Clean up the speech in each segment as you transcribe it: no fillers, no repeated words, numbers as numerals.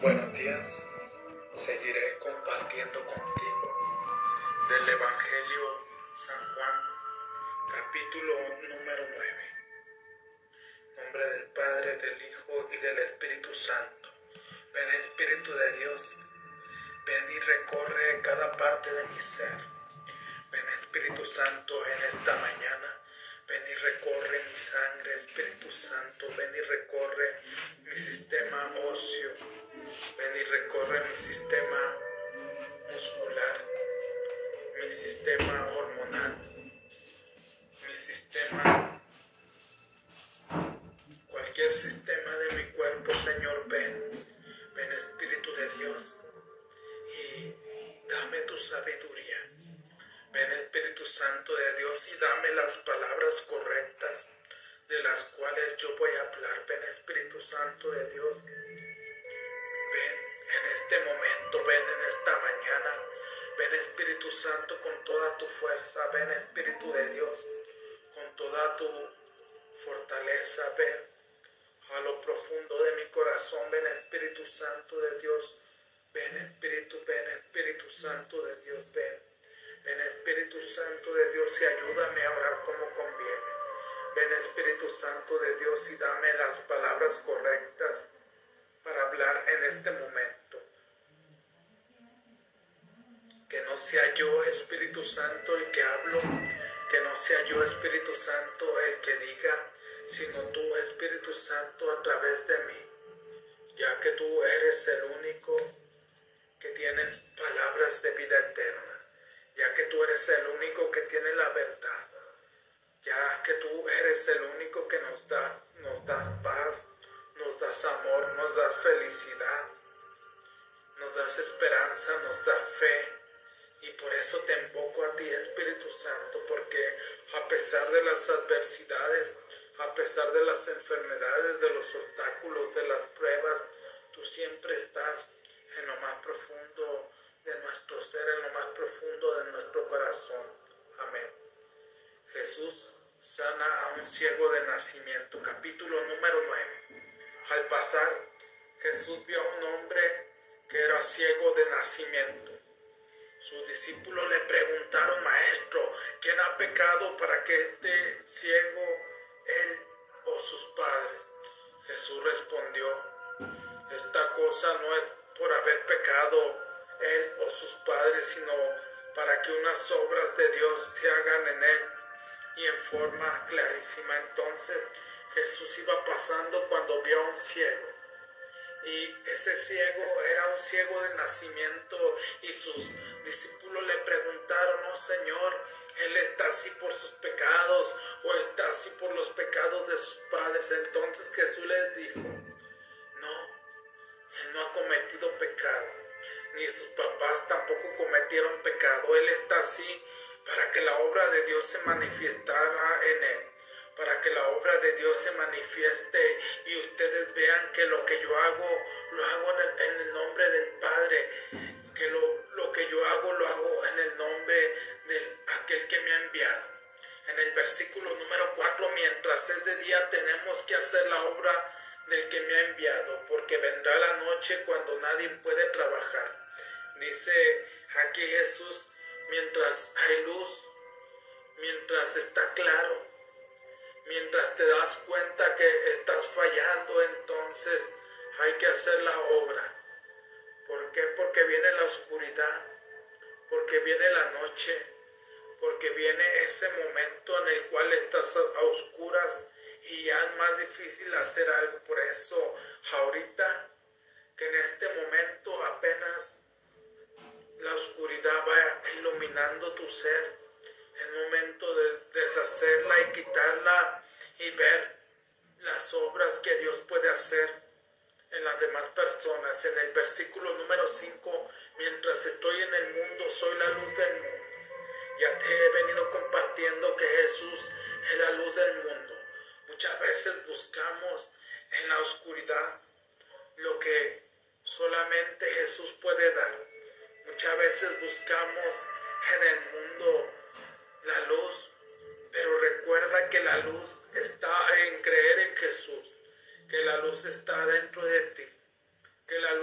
Buenos días, seguiré compartiendo contigo del Evangelio San Juan, capítulo número 9. En nombre del Padre, del Hijo y del Espíritu Santo. Ven Espíritu de Dios, ven y recorre cada parte de mi ser. Ven Espíritu Santo en esta mañana. Ven y recorre mi sangre, Espíritu Santo. Ven y recorre mi sistema óseo. Ven y recorre mi sistema muscular, mi sistema hormonal, mi sistema, cualquier sistema de mi cuerpo, Señor. Ven Espíritu de Dios, y dame tu sabiduría. Ven Espíritu Santo de Dios y dame las palabras correctas de las cuales yo voy a hablar. Ven Espíritu Santo de Dios, ven en este momento, ven en esta mañana. Ven Espíritu Santo con toda tu fuerza. Ven Espíritu de Dios con toda tu fortaleza. Ven a lo profundo de mi corazón. Ven Espíritu Santo de Dios. Ven Espíritu Santo de Dios. Ven Espíritu Santo de Dios y ayúdame a orar como conviene. Ven Espíritu Santo de Dios y dame las palabras correctas para hablar en este momento. Que no sea yo, Espíritu Santo, el que hablo, que no sea yo, Espíritu Santo, el que diga, sino tú, Espíritu Santo, a través de mí, ya que tú eres el único que tienes palabras de vida eterna, ya que tú eres el único que tiene la verdad, ya que tú eres el único que nos das paz, nos das amor, nos das felicidad, nos das esperanza, nos das fe. Y por eso te invoco a ti, Espíritu Santo, porque a pesar de las adversidades, a pesar de las enfermedades, de los obstáculos, de las pruebas, tú siempre estás en lo más profundo de nuestro ser, en lo más profundo de nuestro corazón. Amén. Jesús sana a un ciego de nacimiento, capítulo número 9. Al pasar, Jesús vio a un hombre que era ciego de nacimiento. Sus discípulos le preguntaron: Maestro, ¿quién ha pecado para que esté ciego, él o sus padres? Jesús respondió: esta cosa no es por haber pecado él o sus padres, sino para que unas obras de Dios se hagan en él. Y en forma clarísima. Entonces Jesús iba pasando cuando vio a un ciego. Y ese ciego era un ciego de nacimiento, y sus discípulos le preguntaron: oh Señor, ¿él está así por sus pecados o está así por los pecados de sus padres? Entonces Jesús les dijo: no, él no ha cometido pecado, ni sus papás tampoco cometieron pecado. Él está así para que la obra de Dios se manifestara en él, para que la obra de Dios se manifieste y ustedes vean que lo que yo hago, lo hago en el nombre del Padre, que lo que yo hago, lo hago en el nombre de aquel que me ha enviado. En el versículo número 4, mientras es de día tenemos que hacer la obra del que me ha enviado, porque vendrá la noche cuando nadie puede trabajar. Dice aquí Jesús: mientras hay luz, mientras está claro, mientras te das cuenta que estás fallando, entonces hay que hacer la obra. ¿Por qué? Porque viene la oscuridad, porque viene la noche, porque viene ese momento en el cual estás a oscuras y ya es más difícil hacer algo. Por eso ahorita, que en este momento apenas la oscuridad va iluminando tu ser, es momento de deshacerla y quitarla y ver las obras que Dios puede hacer en las demás personas. En el versículo número 5, mientras estoy en el mundo, soy la luz del mundo. Ya te he venido compartiendo que Jesús es la luz del mundo. Muchas veces buscamos en la oscuridad lo que solamente Jesús puede dar. Muchas veces buscamos en el mundo la luz, pero recuerda que la luz está en creer en Jesús, que la luz está dentro de ti, que la luz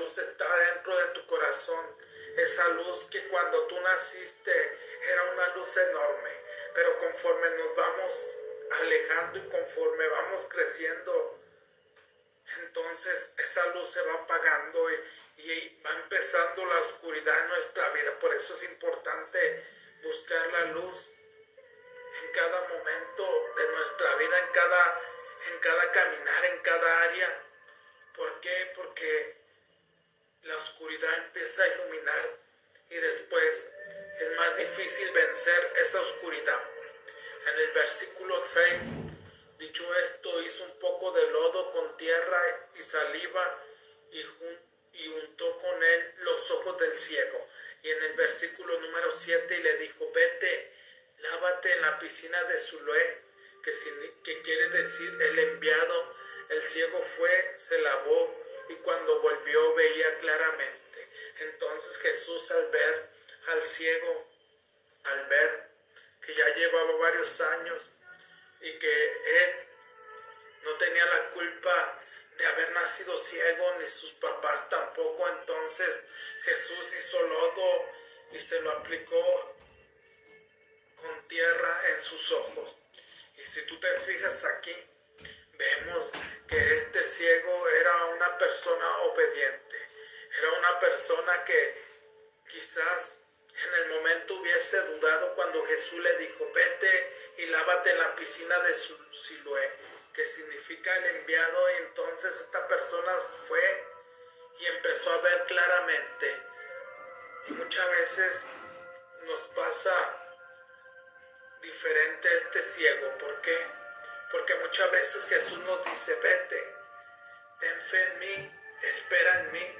luz está dentro de tu corazón. Esa luz que cuando tú naciste era una luz enorme, pero conforme nos vamos alejando y conforme vamos creciendo, entonces esa luz se va apagando y va empezando la oscuridad en nuestra vida. Por eso es importante buscar la luz en cada momento de nuestra vida, en cada caminar, en cada área. ¿Por qué? Porque la oscuridad empieza a iluminar y después es más difícil vencer esa oscuridad. En el versículo 6, dicho esto, hizo un poco de lodo con tierra y saliva y untó con él los ojos del ciego. Y en el versículo número 7 le dijo, vete, lávate en la piscina de Siloé, que quiere decir el enviado. El ciego fue, se lavó y cuando volvió veía claramente. Entonces Jesús, al ver al ciego, al ver que ya llevaba varios años y que él no tenía la culpa de haber nacido ciego, ni sus papás tampoco, entonces Jesús hizo lodo y se lo aplicó con tierra en sus ojos. Y si tú te fijas aquí, vemos que este ciego era una persona obediente, era una persona que quizás en el momento hubiese dudado cuando Jesús le dijo, vete y lávate en la piscina de Siloé, que significa el enviado, y entonces esta persona fue y empezó a ver claramente. Y muchas veces nos pasa diferente este ciego. ¿Por qué? Porque muchas veces Jesús nos dice, vete, ten fe en mí, espera en mí,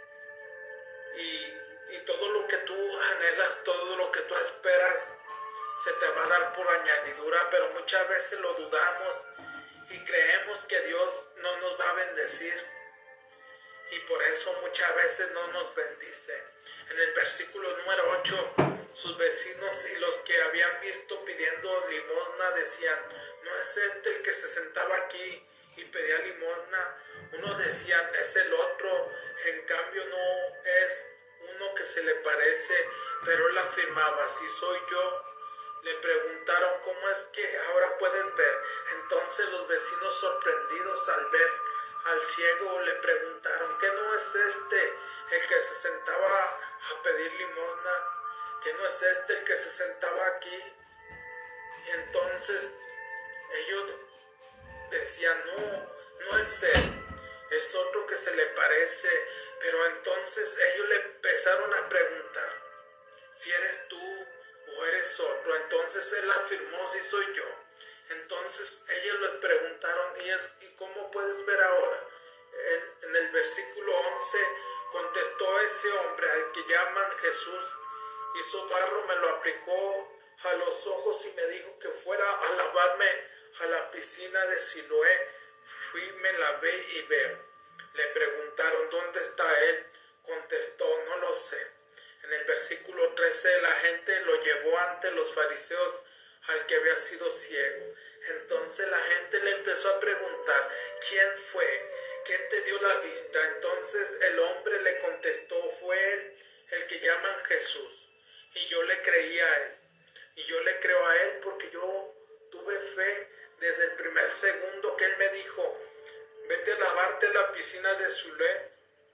y todo lo que tú anhelas, todo lo que tú esperas, se te va a dar por añadidura, pero muchas veces lo dudamos y creemos que Dios no nos va a bendecir, y por eso muchas veces no nos bendice. En el versículo número 8, sus vecinos y los que habían visto pidiendo limosna decían, ¿no es este el que se sentaba aquí y pedía limosna? Unos decían, es el otro, en cambio no es uno que se le parece, pero él afirmaba, si soy yo. Le preguntaron, ¿cómo es que ahora puedes ver? Entonces los vecinos, sorprendidos al ver al ciego, le preguntaron, ¿qué no es este el que se sentaba a pedir limosna? ¿Qué no es este el que se sentaba aquí? Y entonces ellos decían, no es él, es otro que se le parece. Pero entonces ellos le empezaron a preguntar, si eres tú o eres otro. Entonces él afirmó, sí soy yo. Entonces ellos les preguntaron, ¿y cómo puedes ver ahora? En el versículo 11 contestó ese hombre al que llaman Jesús, hizo barro, me lo aplicó a los ojos y me dijo que fuera a lavarme a la piscina de Siloé. Fui, me lavé y veo. Le preguntaron, ¿dónde está él? Contestó, no lo sé. En el versículo 13, la gente lo llevó ante los fariseos al que había sido ciego. Entonces la gente le empezó a preguntar, ¿quién fue? ¿Quién te dio la vista? Entonces el hombre le contestó, fue él, el que llaman Jesús. Y yo le creí a él. Y yo le creo a él porque yo tuve fe desde el primer segundo que él me dijo, vete a lavarte en la piscina de Siloé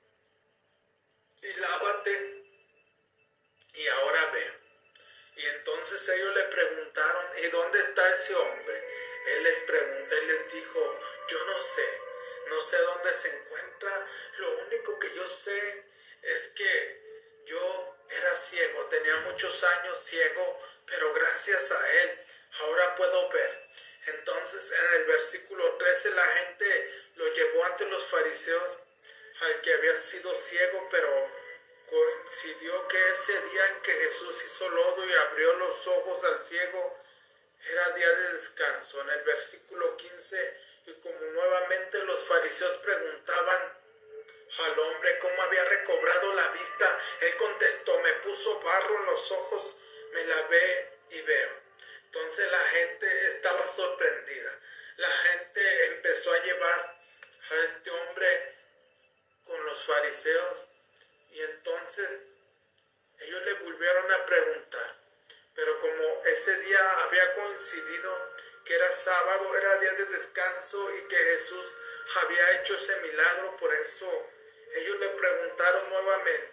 y lávate y ahora ve. Y entonces ellos le preguntaron, ¿y dónde está ese hombre? Él les dijo, yo no sé dónde se encuentra. Lo único que yo sé es que yo era ciego, tenía muchos años ciego, pero gracias a él ahora puedo ver. Entonces en el versículo 13 la gente lo llevó ante los fariseos al que había sido ciego, pero coincidió que ese día en que Jesús hizo lodo y abrió los ojos al ciego era día de descanso. En el versículo 15, y como nuevamente los fariseos preguntaban al hombre cómo había recobrado la vista, él contestó, me puso barro en los ojos, me lavé y veo. Entonces la gente estaba sorprendida. La gente empezó a llevar a este hombre con los fariseos Entonces ellos le volvieron a preguntar, pero como ese día había coincidido que era sábado, era día de descanso y que Jesús había hecho ese milagro, por eso ellos le preguntaron nuevamente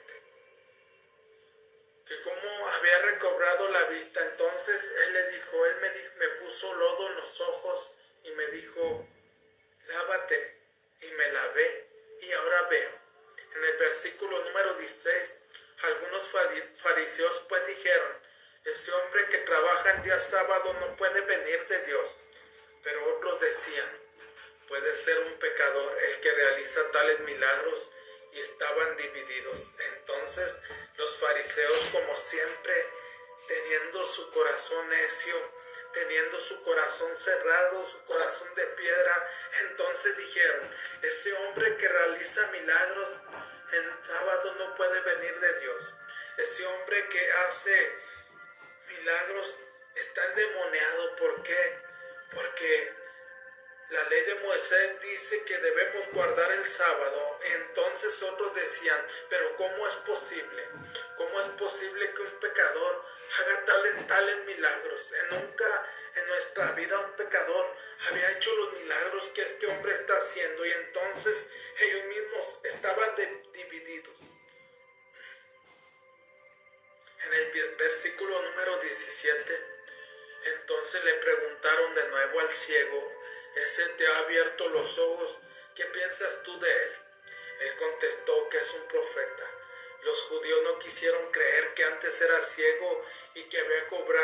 que cómo había recobrado la vista. Entonces él me puso lodo en los ojos y me dijo, lávate, y me lavé y ahora veo. En el versículo número 16, algunos fariseos pues dijeron, ese hombre que trabaja en día sábado no puede venir de Dios. Pero otros decían, puede ser un pecador el que realiza tales milagros, y estaban divididos. Entonces los fariseos, como siempre, teniendo su corazón necio, teniendo su corazón cerrado, su corazón de piedra, entonces dijeron, ese hombre que realiza milagros en sábado no puede venir de Dios. Ese hombre que hace milagros está endemoniado. ¿Por qué? Porque la ley de Moisés dice que debemos guardar el sábado. Entonces otros decían, pero ¿cómo es posible? ¿Cómo es posible que un pecador haga tales milagros? Nunca en nuestra vida un pecador había hecho los milagros que este hombre está haciendo. Y entonces ellos mismos estaban divididos. En el versículo número 17, entonces le preguntaron de nuevo al ciego, ¿ese te ha abierto los ojos? ¿Qué piensas tú de él? Él contestó que es un profeta. Los judíos no quisieron creer que antes era ciego y que había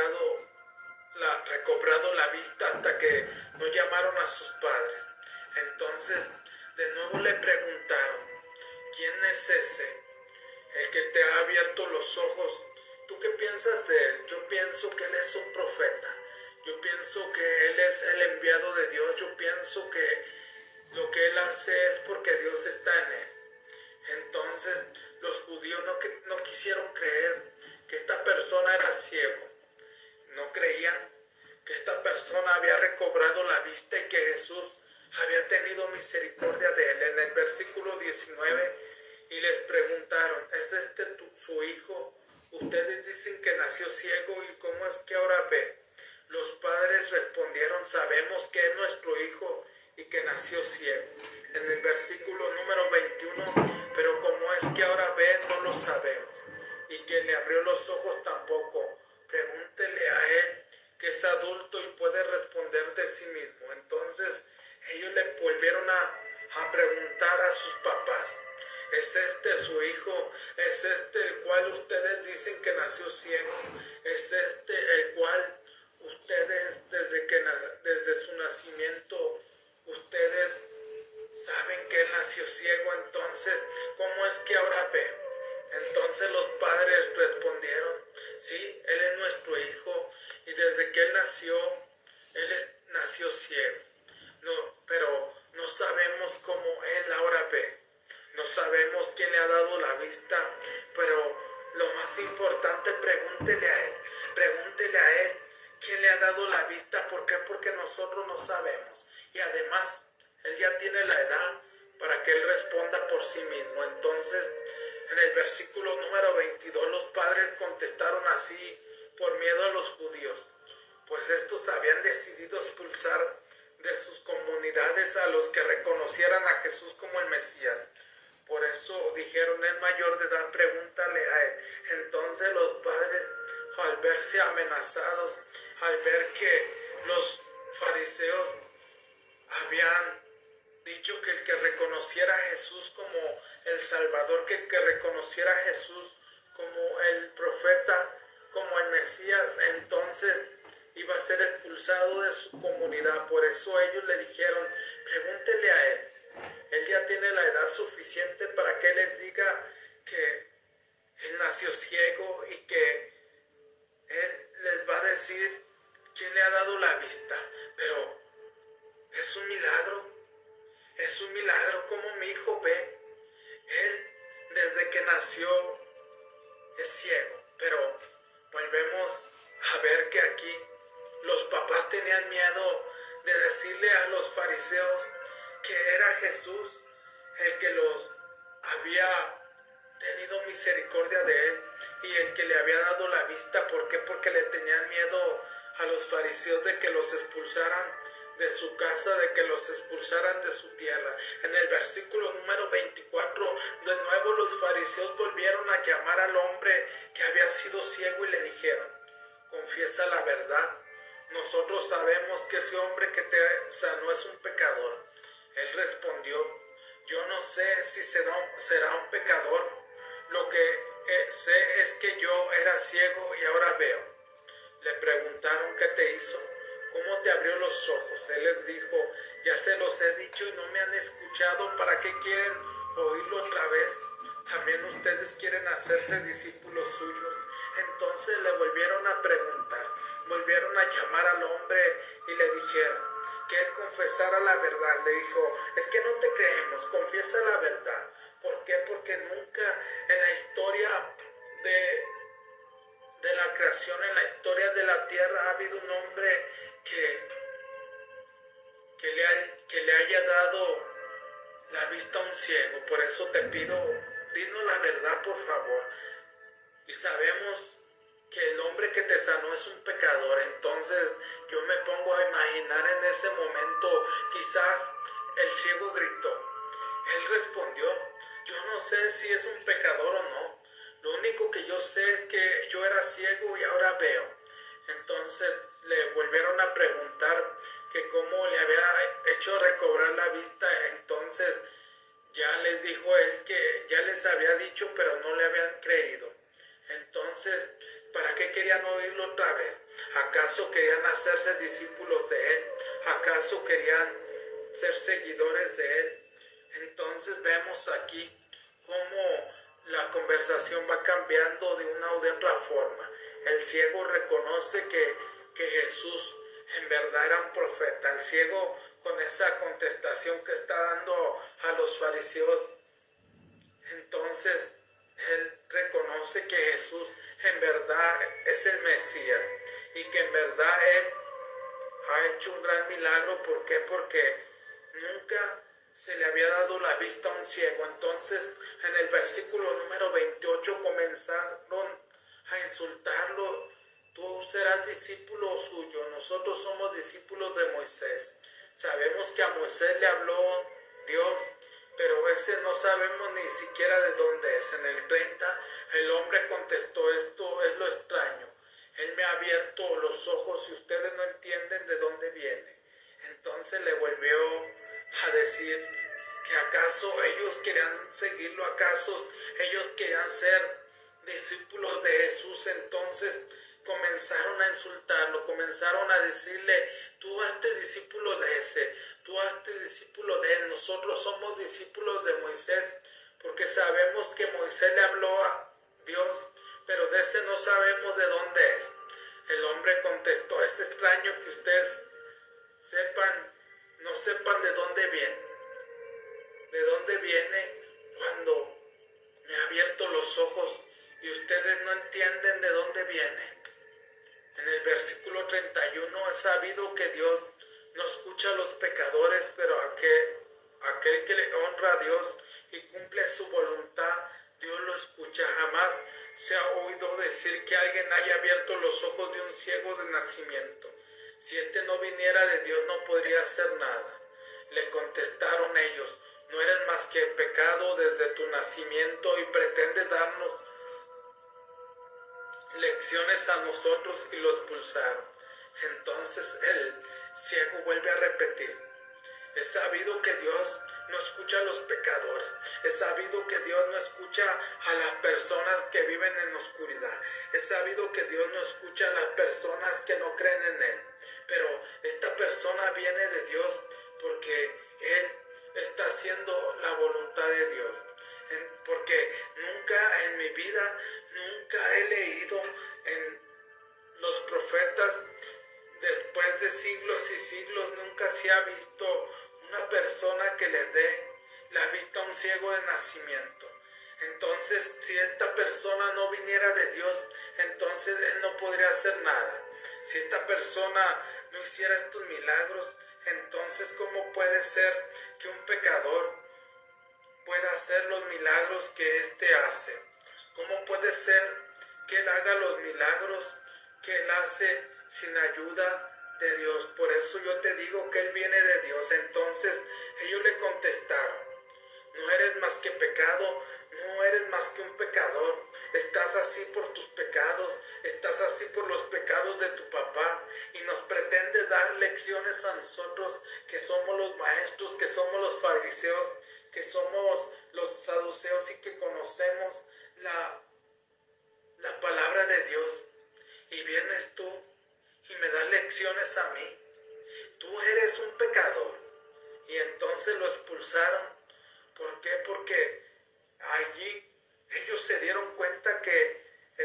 recobrado la vista hasta que no llamaron a sus padres. Entonces de nuevo le preguntaron, ¿quién es ese? El que te ha abierto los ojos. ¿Tú qué piensas de él? Yo pienso que él es un profeta. Yo pienso que él es el enviado de Dios. Yo pienso que lo que él hace es porque Dios está en él. Entonces los judíos no quisieron creer que esta persona era ciego. No creían que esta persona había recobrado la vista y que Jesús había tenido misericordia de él. En el versículo 19, y les preguntaron, ¿es este su hijo? Ustedes dicen que nació ciego, ¿y cómo es que ahora ve? Los padres respondieron, sabemos que es nuestro hijo y que nació ciego. En el versículo número 21, pero cómo es que ahora ve, no lo sabemos. Y que le abrió los ojos tampoco. Pregúntele a él, que es adulto y puede responder de sí mismo. Entonces ellos le volvieron a preguntar a sus papás, ¿es este su hijo? ¿Es este el cual ustedes dicen que nació ciego? ¿Es este el cual ustedes desde su nacimiento ustedes saben que él nació ciego? Entonces, ¿cómo es que ahora ve? Entonces los padres respondieron, sí, él es nuestro hijo y desde que él nació ciego. No, pero no sabemos cómo él ahora ve. No sabemos quién le ha dado la vista, pero lo más importante, pregúntele a él quién le ha dado la vista. ¿Por qué? Porque nosotros no sabemos. Y además, él ya tiene la edad para que él responda por sí mismo. Entonces, en el versículo número 22, los padres contestaron así por miedo a los judíos, pues estos habían decidido expulsar de sus comunidades a los que reconocieran a Jesús como el Mesías. Por eso dijeron, es mayor de edad, pregúntale a él. Entonces los padres, al verse amenazados, al ver que los fariseos habían dicho que el que reconociera a Jesús como el Salvador, que el que reconociera a Jesús como el profeta, como el Mesías, entonces iba a ser expulsado de su comunidad. Por eso ellos le dijeron, pregúntele a él. Él ya tiene la edad suficiente para que les diga que él nació ciego y que él les va a decir quién le ha dado la vista. Pero es un milagro como mi hijo ve. Él desde que nació es ciego. Pero volvemos a ver que aquí los papás tenían miedo de decirle a los fariseos que era Jesús el que los había tenido misericordia de él. Y el que le había dado la vista, ¿por qué? Porque le tenían miedo a los fariseos de que los expulsaran de su casa, de que los expulsaran de su tierra. En el versículo número 24, de nuevo los fariseos volvieron a llamar al hombre que había sido ciego y le dijeron: confiesa la verdad, nosotros sabemos que ese hombre que te sanó es un pecador. Él respondió: yo no sé si será un pecador, lo que sé es que yo era ciego y ahora veo. Le preguntaron: ¿qué te hizo? ¿Cómo te abrió los ojos? Él les dijo: ya se los he dicho y no me han escuchado. ¿Para qué quieren oírlo otra vez? También ustedes quieren hacerse discípulos suyos. Entonces le volvieron a preguntar, volvieron a llamar al hombre y le dijeron que él confesara la verdad. Le dijo: es que no te creemos, confiesa la verdad. ¿Por qué? Porque nunca en la historia de la creación, en la historia de la tierra, ha habido un hombre que le haya dado la vista a un ciego. Por eso te pido, dinos la verdad, por favor. Y sabemos que el hombre que te sanó es un pecador. Entonces yo me pongo a imaginar en ese momento, quizás el ciego gritó. Él respondió: yo no sé si es un pecador o no. Lo único que yo sé es que yo era ciego y ahora veo. Entonces le volvieron a preguntar que cómo le había hecho recobrar la vista. Entonces ya les dijo él que ya les había dicho, pero no le habían creído. Entonces, ¿para qué querían oírlo otra vez? ¿Acaso querían hacerse discípulos de él? ¿Acaso querían ser seguidores de él? Entonces vemos aquí cómo la conversación va cambiando de una u de otra forma. El ciego reconoce que Jesús en verdad era un profeta. El ciego, con esa contestación que está dando a los fariseos, entonces él reconoce que Jesús en verdad es el Mesías y que en verdad él ha hecho un gran milagro. ¿Por qué? Porque nunca se le había dado la vista a un ciego. Entonces en el versículo número 28 comenzaron a insultarlo: tú serás discípulo suyo, nosotros somos discípulos de Moisés. Sabemos que a Moisés le habló Dios, pero ese no sabemos ni siquiera de dónde es. En el 30 el hombre contestó: esto es lo extraño, él me ha abierto los ojos y ustedes no entienden de dónde viene. Entonces le volvió a decir que acaso ellos querían seguirlo, acaso ellos querían ser discípulos de Jesús. Entonces comenzaron a insultarlo, comenzaron a decirle: tú hazte discípulo de ese, tú hazte discípulo de él, nosotros somos discípulos de Moisés, porque sabemos que Moisés le habló a Dios, pero de ese no sabemos de dónde es. El hombre contestó: es extraño que ustedes no sepan de dónde viene cuando me ha abierto los ojos y ustedes no entienden de dónde viene. En el versículo 31, es sabido que Dios no escucha a los pecadores, pero aquel que le honra a Dios y cumple su voluntad, Dios lo escucha. Jamás se ha oído decir que alguien haya abierto los ojos de un ciego de nacimiento. Si este no viniera de Dios, no podría hacer nada. Le contestaron ellos: no eres más que pecado desde tu nacimiento y pretendes darnos lecciones a nosotros, y lo expulsaron. Entonces el ciego vuelve a repetir: es sabido que Dios no escucha a los pecadores, es sabido que Dios no escucha a las personas que viven en oscuridad, es sabido que Dios no escucha a las personas que no creen en Él, pero esta persona viene de Dios porque Él está haciendo la voluntad de Dios. Porque nunca en mi vida, nunca he leído en los profetas, después de siglos y siglos, nunca se ha visto una persona que le dé la vista a un ciego de nacimiento. Entonces, si esta persona no viniera de Dios, entonces Él no podría hacer nada. Si esta persona no hiciera estos milagros, entonces ¿cómo puede ser que un pecador pueda hacer los milagros que éste hace? ¿Cómo puede ser que Él haga los milagros que Él hace sin ayuda de Dios? Por eso yo te digo que Él viene de Dios. Entonces ellos le contestaron: no eres más que pecado, no eres más que un pecador. Estás así por tus pecados, estás así por los pecados de tu papá, y nos pretendes dar lecciones a nosotros que somos los maestros, que somos los fariseos, que somos los saduceos y que conocemos la palabra de Dios. Y vienes tú y me das lecciones a mí. Tú eres un pecador. Y entonces lo expulsaron. ¿Por qué? Porque allí ellos se dieron cuenta que el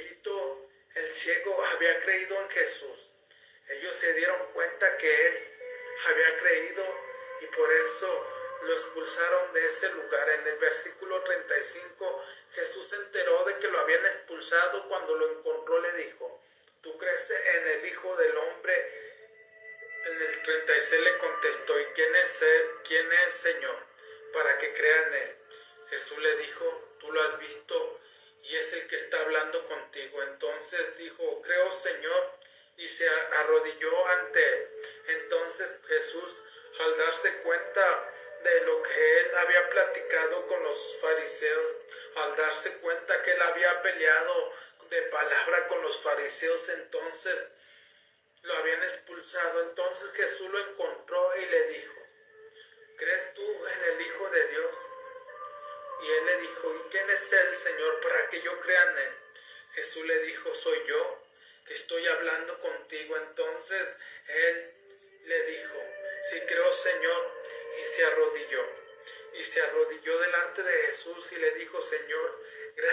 ciego había creído en Jesús. Ellos se dieron cuenta que él había creído y por eso lo expulsaron de ese lugar. En el versículo 35, Jesús se enteró de que lo habían expulsado. Cuando lo encontró le dijo: ¿tú crees en el Hijo del Hombre? En el 36 le contestó: ¿y quién es, Señor, para que crea en él? Jesús le dijo: tú lo has visto y es el que está hablando contigo. Entonces dijo: creo, Señor, y se arrodilló ante él. Entonces Jesús, al darse cuenta de lo que él había platicado con los fariseos, al darse cuenta que él había peleado de palabra con los fariseos, entonces lo habían expulsado. Entonces Jesús lo encontró y le dijo: ¿crees tú en el Hijo de Dios? Y él le dijo: ¿y quién es él, Señor, para que yo crea en él? Jesús le dijo: soy yo que estoy hablando contigo. Entonces él le dijo: sí creo, Señor, y se arrodilló. Y se arrodilló delante de Jesús y le dijo: Señor,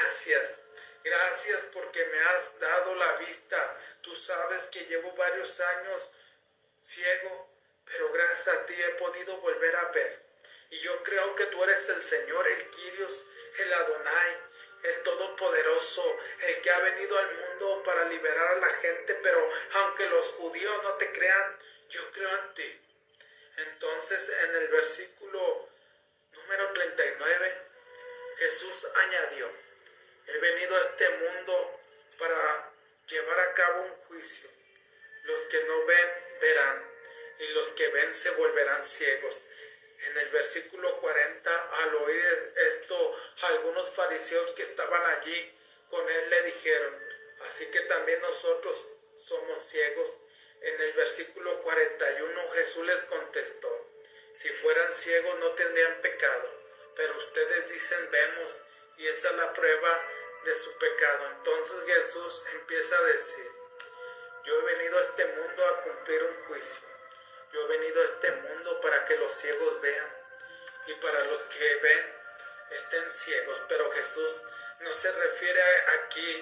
gracias porque me has dado la vista. Tú sabes que llevo varios años ciego, pero gracias a ti he podido volver a ver. Y yo creo que tú eres el Señor, el Kyrios, el Adonai, el Todopoderoso, el que ha venido al mundo para liberar a la gente. Pero aunque los judíos no te crean, yo creo en ti. Entonces en el versículo número 39, Jesús añadió: he venido a este mundo para llevar a cabo un juicio. Los que no ven, verán, y los que ven se volverán ciegos. En el versículo 40, al oír esto, algunos fariseos que estaban allí con él le dijeron: así que también nosotros somos ciegos. En el versículo 41, Jesús les contestó: si fueran ciegos no tendrían pecado, pero ustedes dicen vemos, y esa es la prueba de su pecado. Entonces Jesús empieza a decir: yo he venido a este mundo a cumplir un juicio. Yo he venido a este mundo para que los ciegos vean y para los que ven estén ciegos. Pero Jesús no se refiere aquí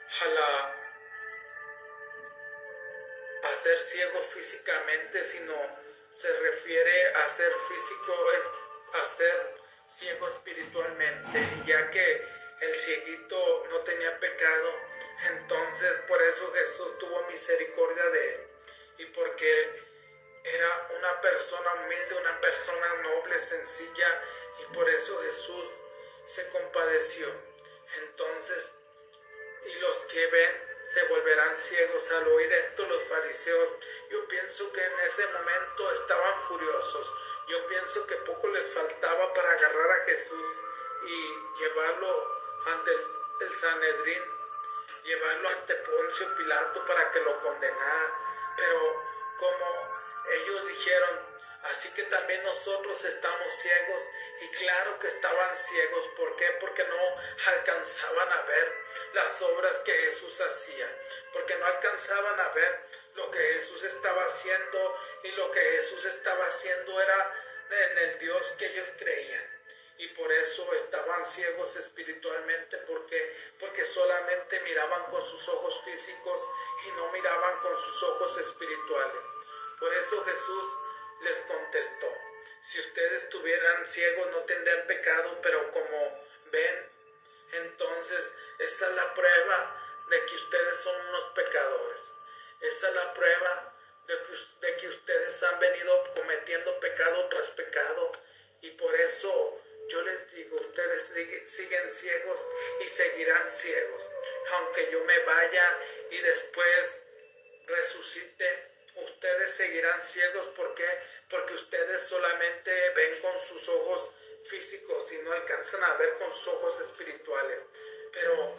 a ser ciego físicamente, sino se refiere a ser a ser ciego espiritualmente. Y ya que el cieguito no tenía pecado, entonces por eso Jesús tuvo misericordia de él, y porque era una persona humilde, una persona noble, sencilla, y por eso Jesús se compadeció. Entonces, y los que ven se volverán ciegos. Al oír esto los fariseos, yo pienso que en ese momento estaban furiosos. Yo pienso que poco les faltaba para agarrar a Jesús y llevarlo ante el Sanedrín, llevarlo ante Poncio Pilato para que lo condenara. Pero como ellos dijeron: así que también nosotros estamos ciegos. Y claro que estaban ciegos. ¿Por qué? Porque no alcanzaban a ver las obras que Jesús hacía, porque no alcanzaban a ver lo que Jesús estaba haciendo, y lo que Jesús estaba haciendo era en el Dios que ellos creían. Y por eso estaban ciegos espiritualmente, porque solamente miraban con sus ojos físicos y no miraban con sus ojos espirituales. Por eso Jesús les contestó: si ustedes estuvieran ciegos no tendrían pecado, pero como ven, entonces esa es la prueba de que ustedes son unos pecadores. Esa es la prueba de que ustedes han venido cometiendo pecado tras pecado, y por eso yo les digo, ustedes siguen ciegos y seguirán ciegos. Aunque yo me vaya y después resucite, ustedes seguirán ciegos. ¿Por qué? Porque ustedes solamente ven con sus ojos físicos y no alcanzan a ver con sus ojos espirituales. Pero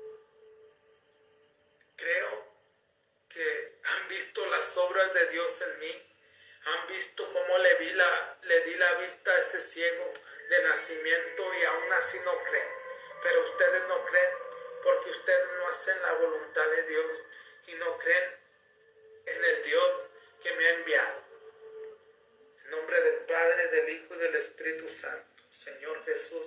creo que han visto las obras de Dios en mí. Han visto cómo le di la vista a ese ciego de nacimiento y aún así no creen. Pero ustedes no creen porque ustedes no hacen la voluntad de Dios y no creen en el Dios que me ha enviado. En nombre del Padre, del Hijo y del Espíritu Santo. Señor Jesús,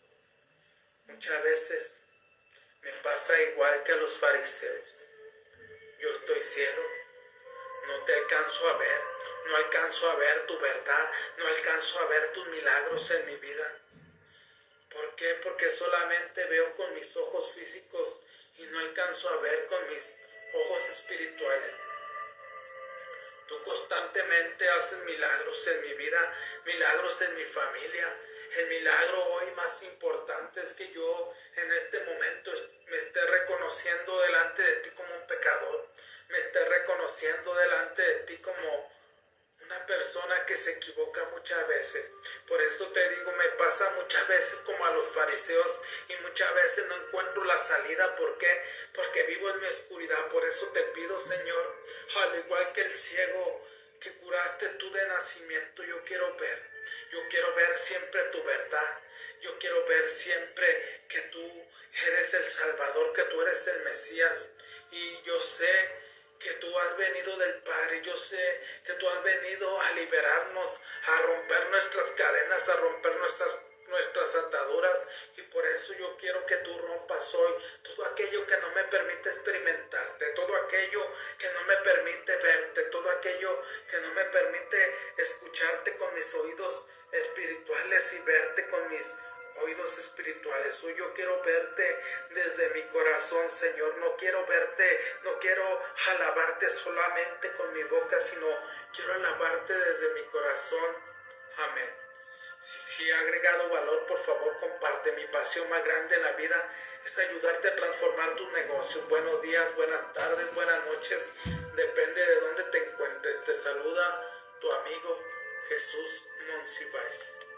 muchas veces me pasa igual que a los fariseos. Yo estoy ciego, no te alcanzo a ver, no alcanzo a ver tu verdad, no alcanzo a ver tus milagros en mi vida. ¿Por qué? Porque solamente veo con mis ojos físicos y no alcanzo a ver con mis ojos espirituales. Tú constantemente haces milagros en mi vida, milagros en mi familia. El milagro hoy más importante es que yo en este momento me esté reconociendo delante de ti como un pecador. Me esté reconociendo delante de ti como una persona que se equivoca muchas veces. Por eso te digo, me pasa muchas veces como a los fariseos y muchas veces no encuentro la salida. ¿Por qué? Porque vivo en mi oscuridad. Por eso te pido, Señor, al igual que el ciego que curaste tú de nacimiento, yo quiero ver. Yo quiero ver siempre tu verdad. Yo quiero ver siempre que tú eres el Salvador, que tú eres el Mesías. Y yo sé que tú has venido del Padre, yo sé que tú has venido a liberarnos, a romper nuestras cadenas, a romper nuestras ataduras, y por eso yo quiero que tú rompas hoy todo aquello que no me permite experimentarte, todo aquello que no me permite verte, todo aquello que no me permite escucharte con mis oídos espirituales y verte con mis oídos espirituales. Hoy yo quiero verte desde mi corazón, Señor. No quiero verte, no quiero alabarte solamente con mi boca, sino quiero alabarte desde mi corazón. Amén. Si ha agregado valor, por favor comparte. Mi pasión más grande en la vida es ayudarte a transformar tus negocios. Buenos días, buenas tardes, buenas noches, depende de dónde te encuentres. Te saluda tu amigo Jesús Monsiváis.